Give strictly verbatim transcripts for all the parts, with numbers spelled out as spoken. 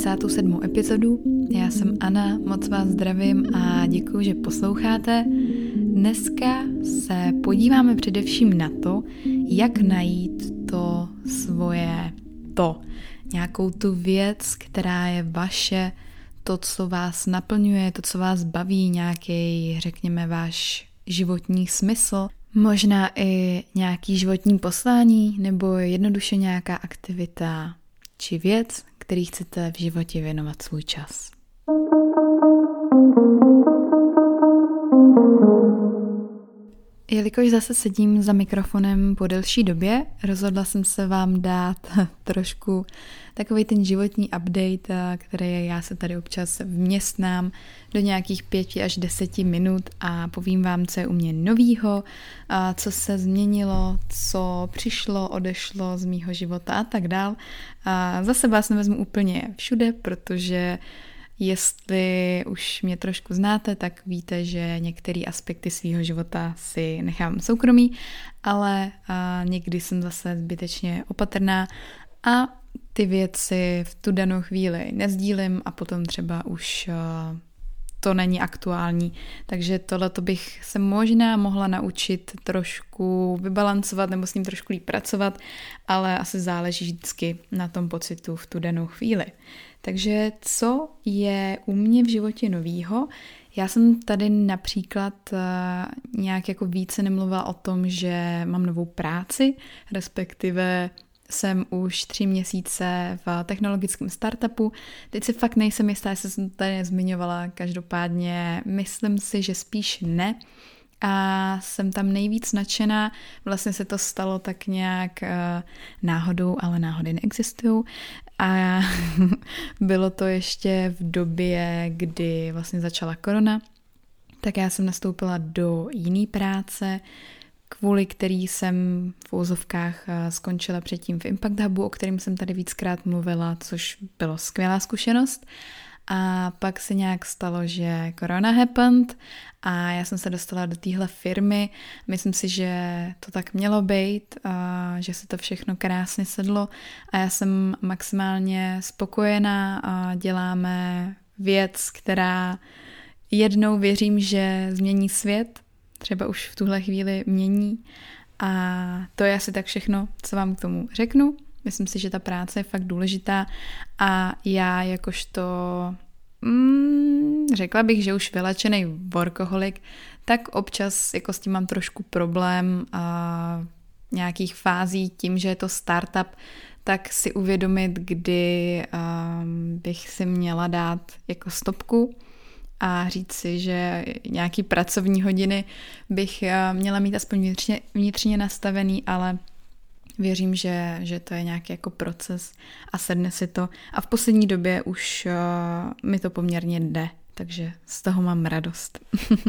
čtyřicátou sedmou epizodu. Já jsem Anna, moc vás zdravím a děkuji, že posloucháte. Dneska se podíváme především na to, jak najít to svoje to. Nějakou tu věc, která je vaše, to, co vás naplňuje, to, co vás baví, nějaký, řekněme, váš životní smysl. Možná i nějaký životní poslání nebo jednoduše nějaká aktivita či věc, který chcete v životě věnovat svůj čas. Jelikož zase sedím za mikrofonem po delší době, rozhodla jsem se vám dát trošku takový ten životní update, který já se tady občas vměstnám do nějakých pěti až deseti minut a povím vám, co je u mě novýho, co se změnilo, co přišlo, odešlo z mýho života a tak dál. A zase vás nevezmu úplně všude, protože jestli už mě trošku znáte, tak víte, že některé aspekty svého života si nechám soukromí, ale a někdy jsem zase zbytečně opatrná a ty věci v tu danou chvíli nezdílím a potom třeba už a, to není aktuální. Takže tohleto bych se možná mohla naučit trošku vybalancovat nebo s ním trošku líp pracovat, ale asi záleží vždycky na tom pocitu v tu danou chvíli. Takže co je u mě v životě novýho? Já jsem tady například uh, nějak jako více nemluvila o tom, že mám novou práci, respektive jsem už tři měsíce v technologickém startupu. Teď si fakt nejsem jistá, jestli jsem to tady nezmiňovala, každopádně myslím si, že spíš ne. A jsem tam nejvíc nadšená, vlastně se to stalo tak nějak uh, náhodou, ale náhody neexistují. A bylo to ještě v době, kdy vlastně začala korona, tak já jsem nastoupila do jiné práce, kvůli který jsem v úzovkách skončila předtím v Impact Hubu, o kterém jsem tady víckrát mluvila, což bylo skvělá zkušenost. A pak se nějak stalo, že korona happened a já jsem se dostala do téhle firmy. Myslím si, že to tak mělo být, a že se to všechno krásně sedlo a já jsem maximálně spokojená a děláme věc, která jednou věřím, že změní svět, třeba už v tuhle chvíli mění a to je asi tak všechno, co vám k tomu řeknu. Myslím si, že ta práce je fakt důležitá a já jakožto, mm, řekla bych, že už vylečený workoholik, tak občas jako s tím mám trošku problém a nějakých fází tím, že je to startup, tak si uvědomit, kdy um, bych si měla dát jako stopku a říct si, že nějaký pracovní hodiny bych uh, měla mít aspoň vnitřně, vnitřně nastavený, ale věřím, že, že to je nějaký jako proces a sedne si to. A v poslední době už uh, mi to poměrně jde, takže z toho mám radost.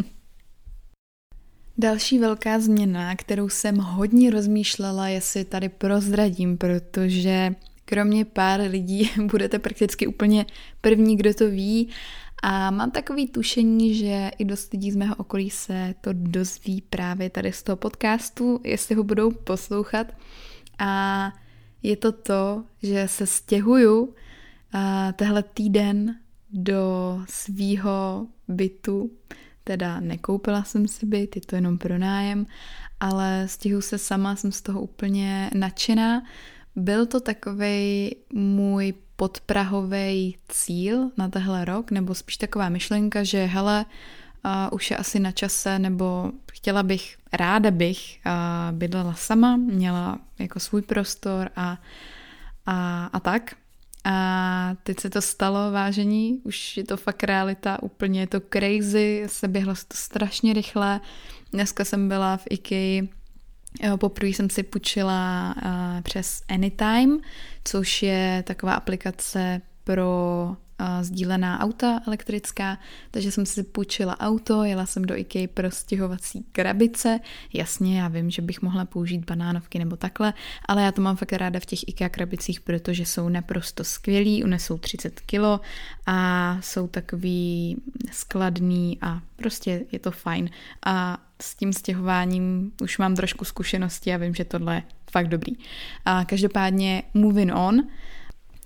Další velká změna, kterou jsem hodně rozmýšlela, jestli tady prozradím, protože kromě pár lidí budete prakticky úplně první, kdo to ví. A mám takový tušení, že i dost lidí z mého okolí se to dozví právě tady z toho podcastu, jestli ho budou poslouchat. A je to to, že se stěhuju tehle týden do svýho bytu, teda nekoupila jsem si byt, je to jenom pro nájem, ale stěhuju se sama, jsem z toho úplně nadšená. Byl to takovej můj podprahovej cíl na tehle rok, nebo spíš taková myšlenka, že hele, uh, už je asi na čase, nebo chtěla bych, ráda bych uh, bydlela sama, měla jako svůj prostor a, a, a tak. A teď se to stalo, vážení, už je to fakt realita, úplně je to crazy, seběhlo se to strašně rychle. Dneska jsem byla v IKEA, poprvé jsem si půjčila uh, přes Anytime, což je taková aplikace pro uh, sdílená auta elektrická, takže jsem si půjčila auto, jela jsem do IKEA pro stěhovací krabice, jasně, já vím, že bych mohla použít banánovky nebo takhle, ale já to mám fakt ráda v těch IKEA krabicích, protože jsou naprosto skvělý, unesou třicet kilo a jsou takový skladný a prostě je to fajn. A s tím stěhováním už mám trošku zkušenosti a vím, že tohle je fakt dobrý. A každopádně moving on,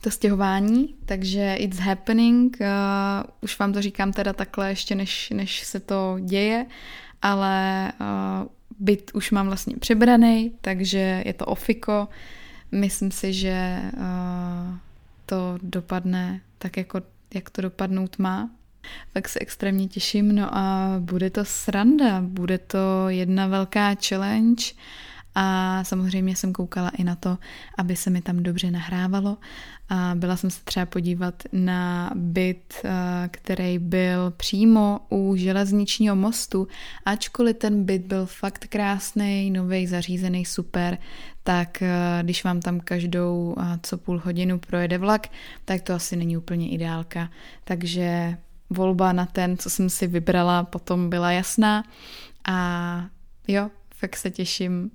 to stěhování, takže it's happening, uh, už vám to říkám teda takhle ještě než, než se to děje, ale uh, byt už mám vlastně přibraný, takže je to ofiko. Myslím si, že uh, to dopadne tak, jako, jak to dopadnout má. Tak se extrémně těším, no a bude to sranda, bude to jedna velká challenge a samozřejmě jsem koukala i na to, aby se mi tam dobře nahrávalo a byla jsem se třeba podívat na byt, který byl přímo u železničního mostu, ačkoliv ten byt byl fakt krásný, nový, zařízený, super, tak když vám tam každou co půl hodinu projede vlak, tak to asi není úplně ideálka, takže volba na ten, co jsem si vybrala, potom byla jasná a jo, fakt se těším.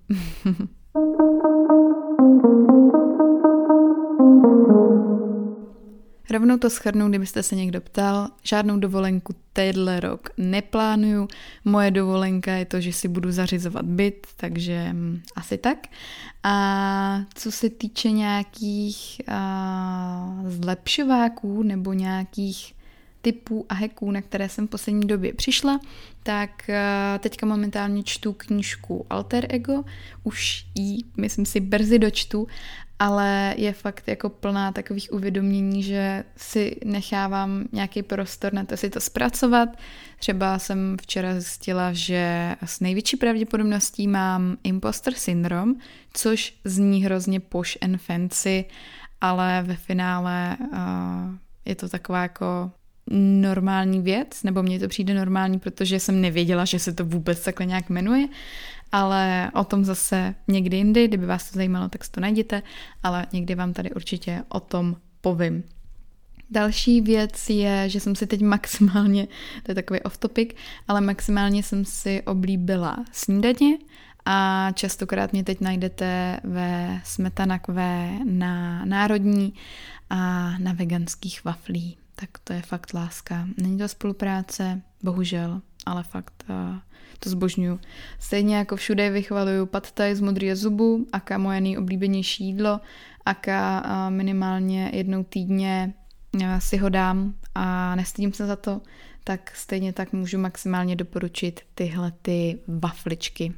Rovnou to shrnu, kdybyste se někdo ptal, žádnou dovolenku tenhle rok neplánuju, moje dovolenka je to, že si budu zařizovat byt, takže hm, asi tak. A co se týče nějakých a, zlepšováků nebo nějakých typů a hacků, na které jsem v poslední době přišla, tak teďka momentálně čtu knížku Alter Ego, už ji, myslím si, brzy dočtu, ale je fakt jako plná takových uvědomění, že si nechávám nějaký prostor na to si to zpracovat. Třeba jsem včera zjistila, že s největší pravděpodobností mám imposter syndrom, což zní hrozně posh and fancy, ale ve finále uh, je to taková jako normální věc, nebo mně to přijde normální, protože jsem nevěděla, že se to vůbec takhle nějak jmenuje, ale o tom zase někdy jindy, kdyby vás to zajímalo, tak si to najděte, ale někdy vám tady určitě o tom povím. Další věc je, že jsem si teď maximálně, to je takový off topic, ale maximálně jsem si oblíbila snídaně a častokrát mě teď najdete ve Smetanakve na Národní a na veganských waflí. Tak to je fakt láska. Není to spolupráce, bohužel, ale fakt uh, to zbožňuju. Stejně jako všude vychvaluju pad thai z modrýho zubu, aká moje nejoblíbenější jídlo, aká uh, minimálně jednou týdně uh, si ho dám a nestydím se za to, tak stejně tak můžu maximálně doporučit tyhle ty wafličky.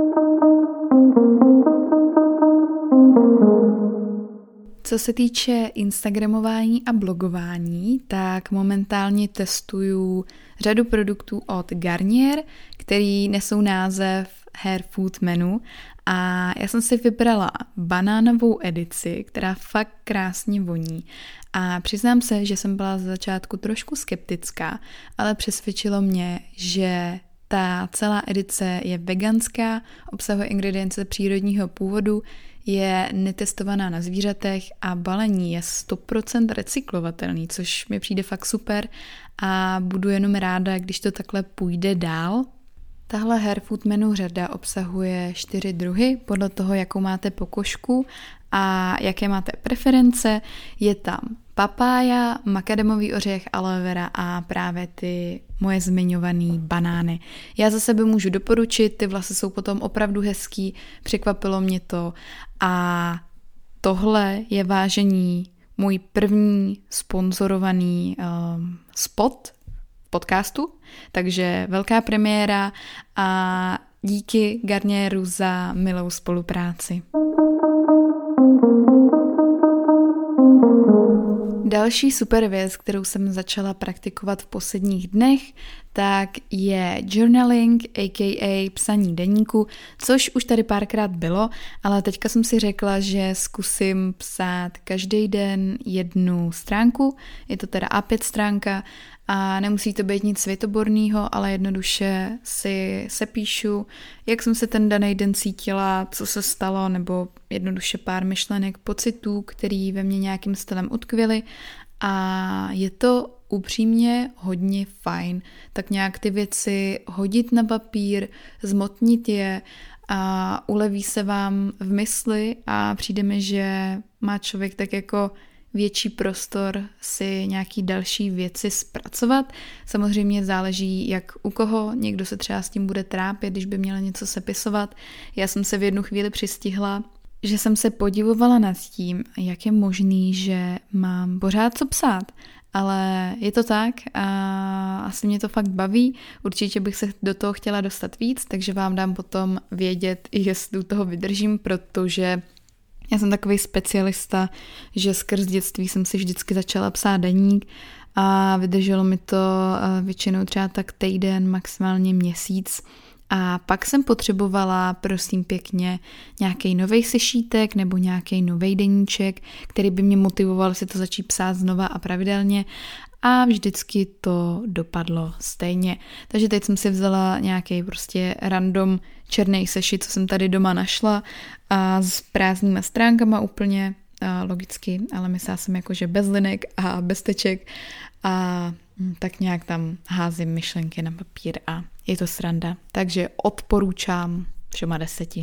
Co se týče instagramování a blogování, tak momentálně testuju řadu produktů od Garnier, který nesou název Hair Food Menu a já jsem si vybrala banánovou edici, která fakt krásně voní a přiznám se, že jsem byla z začátku trošku skeptická, ale přesvědčilo mě, že ta celá edice je veganská, obsahuje ingredience přírodního původu, je netestovaná na zvířatech a balení je sto procent recyklovatelný, což mi přijde fakt super a budu jenom ráda, když to takhle půjde dál. Tahle Hair Food Menu řada obsahuje čtyři druhy podle toho, jakou máte pokožku a jaké máte preference. Je tam papája, makademový ořech, aloe vera a právě ty moje zmiňované banány. Já za sebe můžu doporučit, ty vlasy jsou potom opravdu hezký, překvapilo mě to a tohle je vážení můj první sponzorovaný um, spot podcastu, takže velká premiéra a díky Garnieru za milou spolupráci. Další super věc, kterou jsem začala praktikovat v posledních dnech, tak je journaling, a k a psaní deníku, což už tady párkrát bylo, ale teďka jsem si řekla, že zkusím psát každý den jednu stránku, je to teda á pět stránka a nemusí to být nic světoborného, ale jednoduše si sepíšu, jak jsem se ten daný den cítila, co se stalo, nebo jednoduše pár myšlenek, pocitů, který ve mně nějakým stylem utkvěly a je to upřímně hodně fajn, tak nějak ty věci hodit na papír, zmotnit je a uleví se vám v mysli a přijde mi, že má člověk tak jako větší prostor si nějaký další věci zpracovat. Samozřejmě záleží, jak u koho, někdo se třeba s tím bude trápit, když by měl něco sepisovat. Já jsem se v jednu chvíli přistihla, že jsem se podivovala nad tím, jak je možný, že mám pořád co psát. Ale je to tak a asi mě to fakt baví. Určitě bych se do toho chtěla dostat víc, takže vám dám potom vědět, jestli u toho vydržím, protože já jsem takový specialista, že skrz dětství jsem si vždycky začala psát deník a vydrželo mi to většinou třeba tak týden, maximálně měsíc. A pak jsem potřebovala, prosím pěkně, nějaký novej sešítek nebo nějaký novej deníček, který by mě motivoval si to začít psát znova a pravidelně a vždycky to dopadlo stejně. Takže teď jsem si vzala nějaký prostě random černý sešit, co jsem tady doma našla a s prázdnýma stránkama úplně, a logicky, ale myslela jsem jakože bez linek a bez teček a tak nějak tam házím myšlenky na papír a je to sranda. Takže odporučám všema deseti.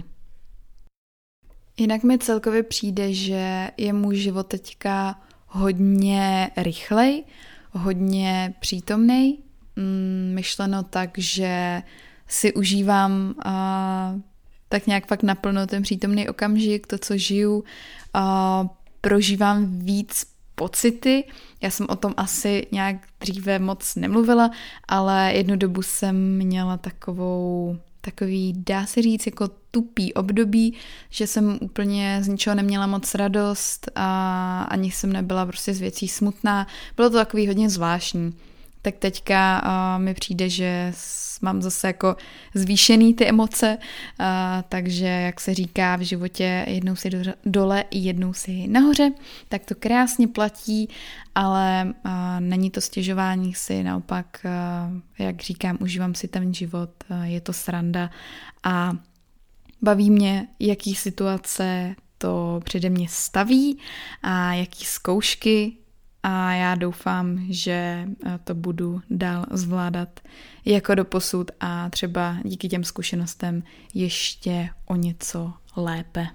Jinak mi celkově přijde, že je můj život teďka hodně rychlej, hodně přítomnej, myšleno tak, že si užívám a tak nějak fakt naplno ten přítomný okamžik, to, co žiju, a prožívám víc pocity. Já jsem o tom asi nějak dříve moc nemluvila, ale jednu dobu jsem měla takovou, takový, dá se říct, jako tupý období, že jsem úplně z ničeho neměla moc radost a ani jsem nebyla prostě z věcí smutná. Bylo to takový hodně zvláštní. Tak teďka uh, mi přijde, že mám zase jako zvýšený ty emoce, uh, takže jak se říká v životě, jednou si dole, jednou si nahoře, tak to krásně platí, ale uh, není to stěžování si, naopak, uh, jak říkám, užívám si ten život, uh, je to sranda a baví mě, jaký situace to přede mě staví a jaký zkoušky. A já doufám, že to budu dál zvládat jako doposud a třeba díky těm zkušenostem ještě o něco lépe.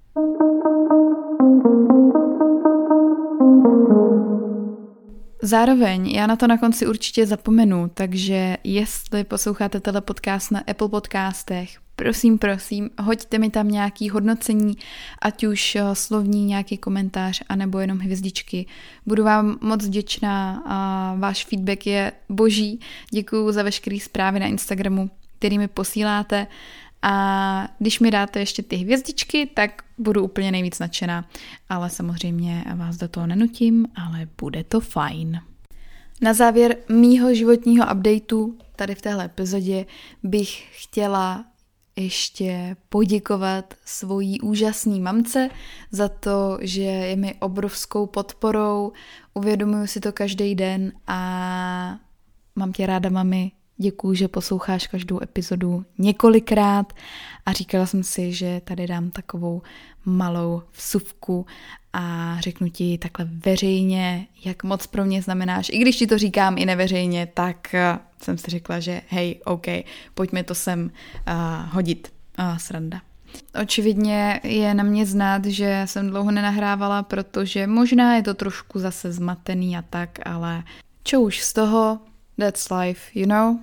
Zároveň já na to na konci určitě zapomenu, takže jestli posloucháte tenhle podcast na Apple podcastech, prosím, prosím, hoďte mi tam nějaký hodnocení, ať už slovní nějaký komentář, anebo jenom hvězdičky. Budu vám moc vděčná a váš feedback je boží. Děkuju za veškeré zprávy na Instagramu, který mi posíláte. A když mi dáte ještě ty hvězdičky, tak budu úplně nejvíc nadšená. Ale samozřejmě vás do toho nenutím, ale bude to fajn. Na závěr mýho životního updateu tady v téhle epizodě bych chtěla ještě poděkovat svojí úžasný mamce za to, že je mi obrovskou podporou, uvědomuju si to každý den a mám tě ráda, mami. Děkuju, že posloucháš každou epizodu několikrát a říkala jsem si, že tady dám takovou malou vsuvku a řeknu ti takhle veřejně, jak moc pro mě znamenáš. I když ti to říkám i neveřejně, tak jsem si řekla, že hej, OK, pojďme to sem uh, hodit. Uh, sranda. Očividně je na mě znát, že jsem dlouho nenahrávala, protože možná je to trošku zase zmatený a tak, ale čo už z toho, that's life, you know?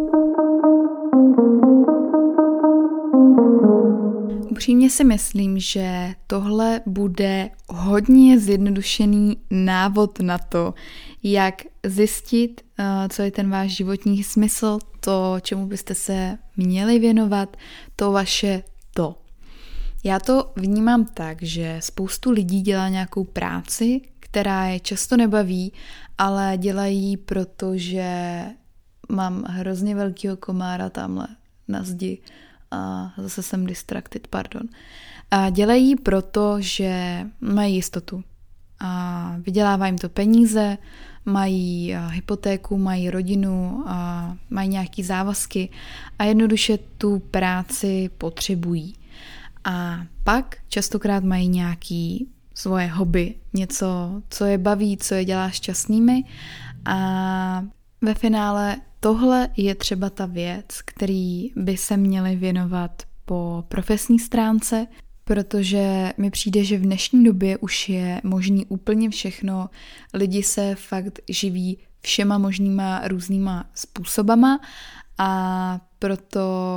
Upřímně si myslím, že tohle bude hodně zjednodušený návod na to, jak zjistit, co je ten váš životní smysl, to, čemu byste se měli věnovat, to vaše to. Já to vnímám tak, že spoustu lidí dělá nějakou práci, která je často nebaví, ale dělají, protože mám hrozně velkýho komára tamhle na zdi a zase jsem distracted, pardon. A dělají proto, že mají jistotu a vydělává jim to peníze, mají hypotéku, mají rodinu, a mají nějaký závazky a jednoduše tu práci potřebují. A pak častokrát mají nějaký svoje hobby, něco, co je baví, co je dělá šťastnými a ve finále tohle je třeba ta věc, který by se měli věnovat po profesní stránce, protože mi přijde, že v dnešní době už je možný úplně všechno. Lidi se fakt živí všema možnýma různýma způsobama a proto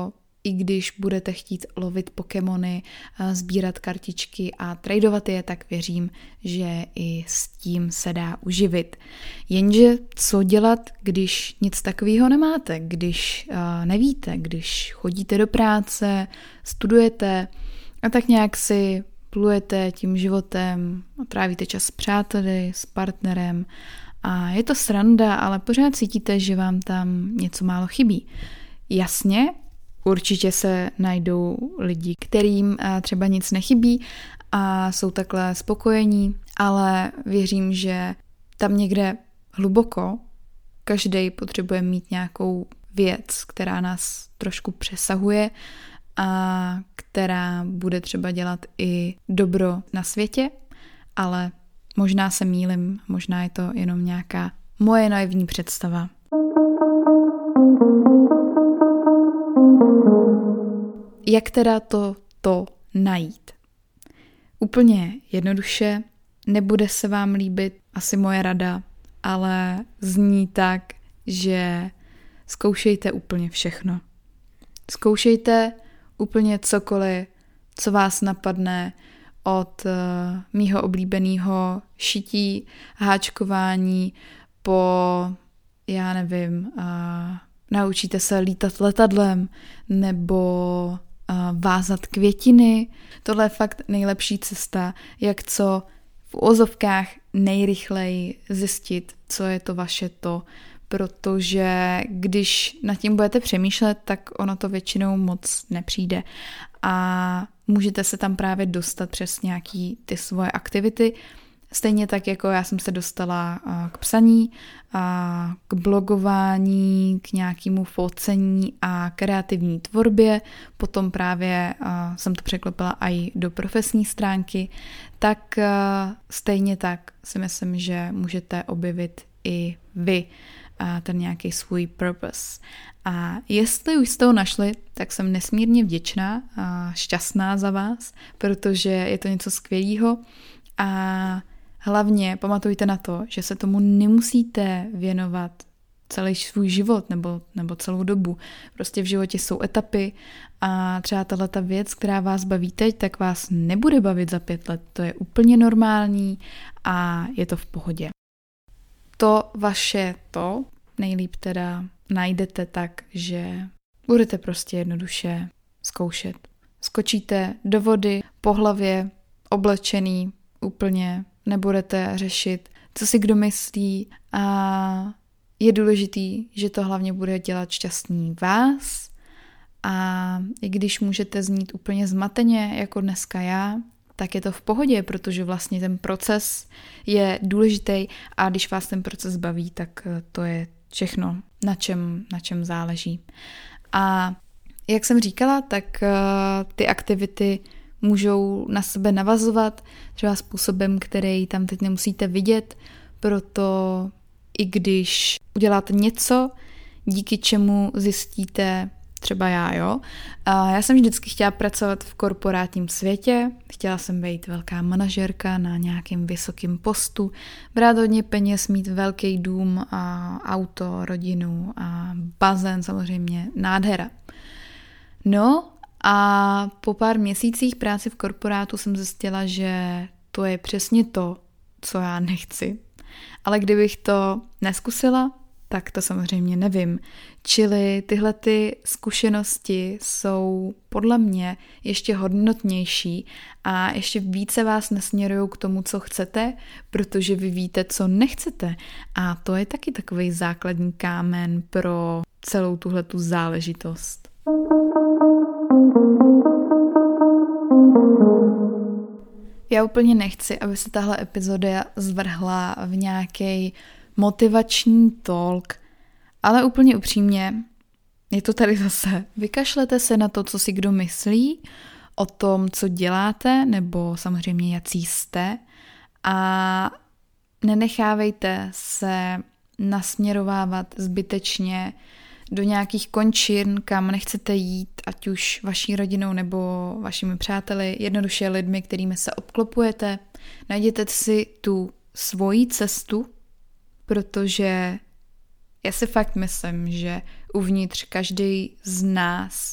i když budete chtít lovit Pokémony, sbírat kartičky a tradovat je, tak věřím, že i s tím se dá uživit. Jenže co dělat, když nic takového nemáte, když nevíte, když chodíte do práce, studujete a tak nějak si plujete tím životem a trávíte čas s přáteli, s partnerem a je to sranda, ale pořád cítíte, že vám tam něco málo chybí. Jasně, určitě se najdou lidi, kterým třeba nic nechybí a jsou takhle spokojení, ale věřím, že tam někde hluboko každý potřebuje mít nějakou věc, která nás trošku přesahuje a která bude třeba dělat i dobro na světě, ale možná se mýlim, možná je to jenom nějaká moje naivní představa. Jak teda to, to najít? Úplně jednoduše, nebude se vám líbit asi moje rada, ale zní tak, že zkoušejte úplně všechno. Zkoušejte úplně cokoliv, co vás napadne, od uh, mýho oblíbeného šití, háčkování, po, já nevím, uh, naučíte se lítat letadlem, nebo uh, vázat květiny. Tohle je fakt nejlepší cesta, jak co v uvozovkách nejrychleji zjistit, co je to vaše to, protože když nad tím budete přemýšlet, tak ono to většinou moc nepřijde a můžete se tam právě dostat přes nějaký ty svoje aktivity. Stejně tak, jako já jsem se dostala k psaní, k blogování, k nějakému focení a kreativní tvorbě, potom právě jsem to překlopila i do profesní stránky, tak stejně tak si myslím, že můžete objevit i vy ten nějaký svůj purpose. A jestli už jste ho našli, tak jsem nesmírně vděčná a šťastná za vás, protože je to něco skvělého a hlavně pamatujte na to, že se tomu nemusíte věnovat celý svůj život nebo, nebo celou dobu. Prostě v životě jsou etapy a třeba tato věc, která vás baví teď, tak vás nebude bavit za pět let. To je úplně normální a je to v pohodě. To vaše to nejlíp teda najdete tak, že budete prostě jednoduše zkoušet. Skočíte do vody, po hlavě, oblečený úplně, nebudete řešit, co si kdo myslí a je důležitý, že to hlavně bude dělat šťastný vás a i když můžete znít úplně zmateně, jako dneska já, tak je to v pohodě, protože vlastně ten proces je důležitý a když vás ten proces baví, tak to je všechno, na čem, na čem záleží. A jak jsem říkala, tak ty aktivity můžou na sebe navazovat, třeba způsobem, který tam teď nemusíte vidět, proto i když uděláte něco, díky čemu zjistíte, třeba já, jo. A já jsem vždycky chtěla pracovat v korporátním světě, chtěla jsem být velká manažerka na nějakém vysokém postu, brát hodně peněz, mít velký dům a auto, rodinu a bazén, samozřejmě nádhera. No a po pár měsících práce v korporátu jsem zjistila, že to je přesně to, co já nechci. Ale kdybych to neskusila, tak to samozřejmě nevím. Čili tyhle ty zkušenosti jsou podle mě ještě hodnotnější a ještě více vás nasměrují k tomu, co chcete, protože vy víte, co nechcete. A to je taky takový základní kámen pro celou tuhletu záležitost. Já úplně nechci, aby se tahle epizoda zvrhla v nějaký motivační talk, ale úplně upřímně, je to tady zase. Vykašlete se na to, co si kdo myslí o tom, co děláte, nebo samozřejmě jací jste a nenechávejte se nasměrovávat zbytečně do nějakých končin, kam nechcete jít, ať už vaší rodinou nebo vašimi přáteli, jednoduše lidmi, kterými se obklopujete. Najděte si tu svoji cestu, protože já si fakt myslím, že uvnitř každý z nás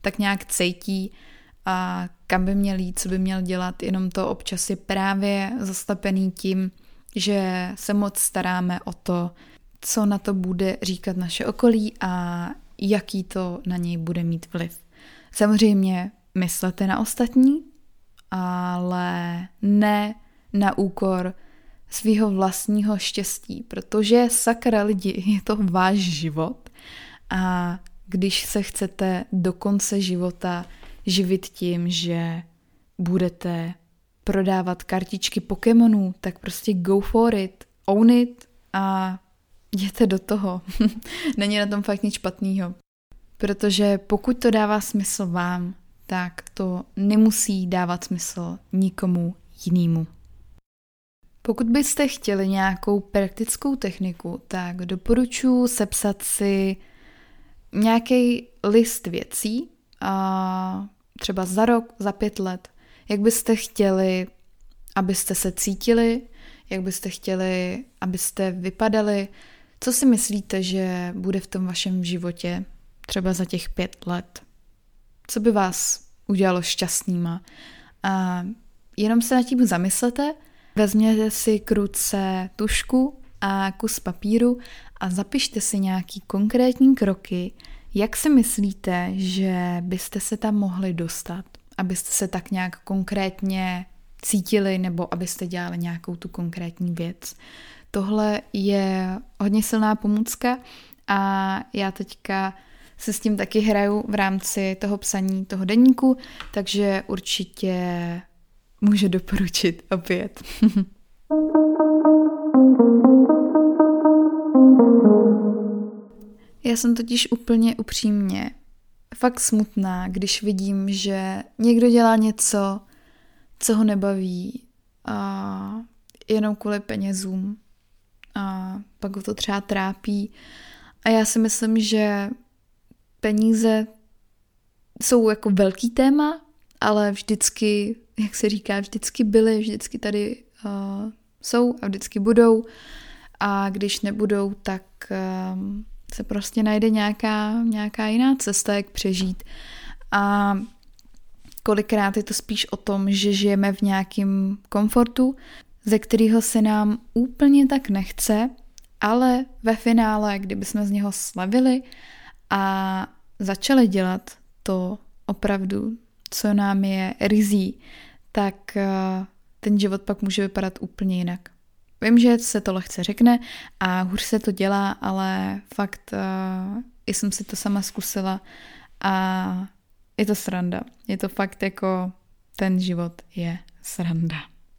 tak nějak cítí a kam by měl jít, co by měl dělat, jenom to občas je právě zastapený tím, že se moc staráme o to, co na to bude říkat naše okolí a jaký to na něj bude mít vliv. Samozřejmě myslete na ostatní, ale ne na úkor svého vlastního štěstí, protože sakra lidi, je to váš život a když se chcete do konce života živit tím, že budete prodávat kartičky Pokémonů, tak prostě go for it, own it a jděte do toho. Není na tom fakt nic špatného. Protože pokud to dává smysl vám, tak to nemusí dávat smysl nikomu jinému. Pokud byste chtěli nějakou praktickou techniku, tak doporučuji sepsat si nějaký list věcí, a třeba za rok, za pět let, jak byste chtěli, abyste se cítili, jak byste chtěli, abyste vypadali, co si myslíte, že bude v tom vašem životě třeba za těch pět let. Co by vás udělalo šťastnýma. A jenom se nad tím zamyslete, vezměte si k ruce tužku a kus papíru a zapište si nějaký konkrétní kroky, jak si myslíte, že byste se tam mohli dostat, abyste se tak nějak konkrétně cítili nebo abyste dělali nějakou tu konkrétní věc. Tohle je hodně silná pomůcka a já teďka se s tím taky hraju v rámci toho psaní toho deníku, takže určitě můžu doporučit opět. Já jsem totiž úplně upřímně fakt smutná, když vidím, že někdo dělá něco, co ho nebaví a jenom kvůli penězům a pak ho to třeba trápí. A já si myslím, že peníze jsou jako velký téma, ale vždycky, jak se říká, vždycky byly, vždycky tady uh, jsou a vždycky budou. A když nebudou, tak uh, se prostě najde nějaká, nějaká jiná cesta, jak přežít. A kolikrát je to spíš o tom, že žijeme v nějakém komfortu, ze kterého se nám úplně tak nechce, ale ve finále, kdybychom z něho slavili a začali dělat to opravdu, co nám je rizí, tak ten život pak může vypadat úplně jinak. Vím, že se to lehce řekne a hůř se to dělá, ale fakt uh, jsem si to sama zkusila a je to sranda. Je to fakt jako ten život je sranda.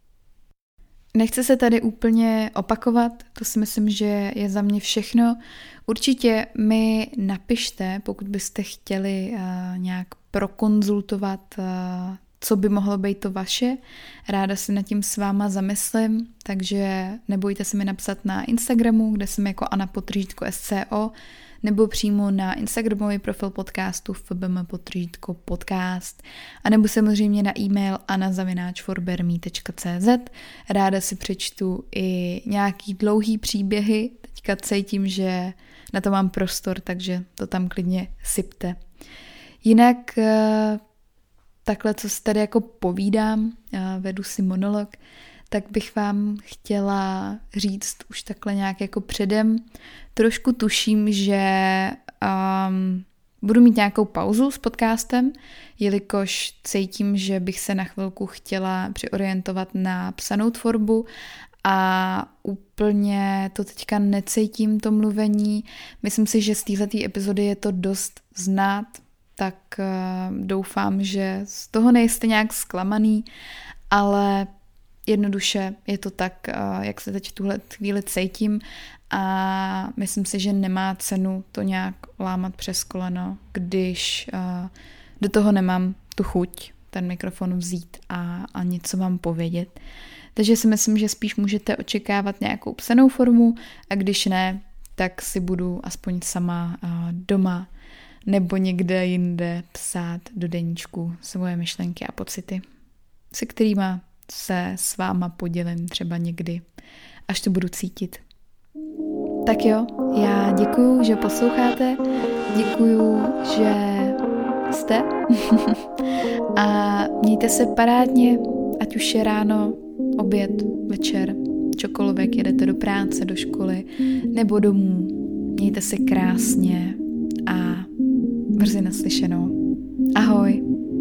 Nechci se tady úplně opakovat, to si myslím, že je za mě všechno. Určitě mi napište, pokud byste chtěli uh, nějak prokonzultovat, uh, co by mohlo být to vaše. Ráda si nad tím s váma zamyslím, takže nebojte se mi napsat na Instagramu, kde jsem jako Anna Potržítko S C O, nebo přímo na Instagramový profil podcastu fbm potržítko podcast, a nebo samozřejmě na e-mail anna zavináč forberme tečka cé zet. Ráda si přečtu i nějaký dlouhý příběhy, teďka cítím, že na to mám prostor, takže to tam klidně sypte. Jinak takhle, co si tady jako povídám, vedu si monolog, tak bych vám chtěla říct už takhle nějak jako předem. Trošku tuším, že um, budu mít nějakou pauzu s podcastem, jelikož cítím, že bych se na chvilku chtěla přiorientovat na psanou tvorbu a úplně to teďka necítím, to mluvení. Myslím si, že z této epizody je to dost znát, tak uh, doufám, že z toho nejste nějak zklamaný, ale jednoduše je to tak, uh, jak se teď v tuhle chvíli cítím a myslím si, že nemá cenu to nějak lámat přes koleno, když uh, do toho nemám tu chuť ten mikrofon vzít a, a něco vám povědět. Takže si myslím, že spíš můžete očekávat nějakou psanou formu a když ne, tak si budu aspoň sama uh, doma nebo někde jinde psát do deníčku svoje myšlenky a pocity, se kterými se s váma podělím třeba někdy, až to budu cítit. Tak jo, já děkuju, že posloucháte, děkuju, že jste. A mějte se parádně, ať už je ráno, oběd, večer, čokoliv, jedete do práce, do školy nebo domů. Mějte se krásně a brzy naslyšenou. Ahoj.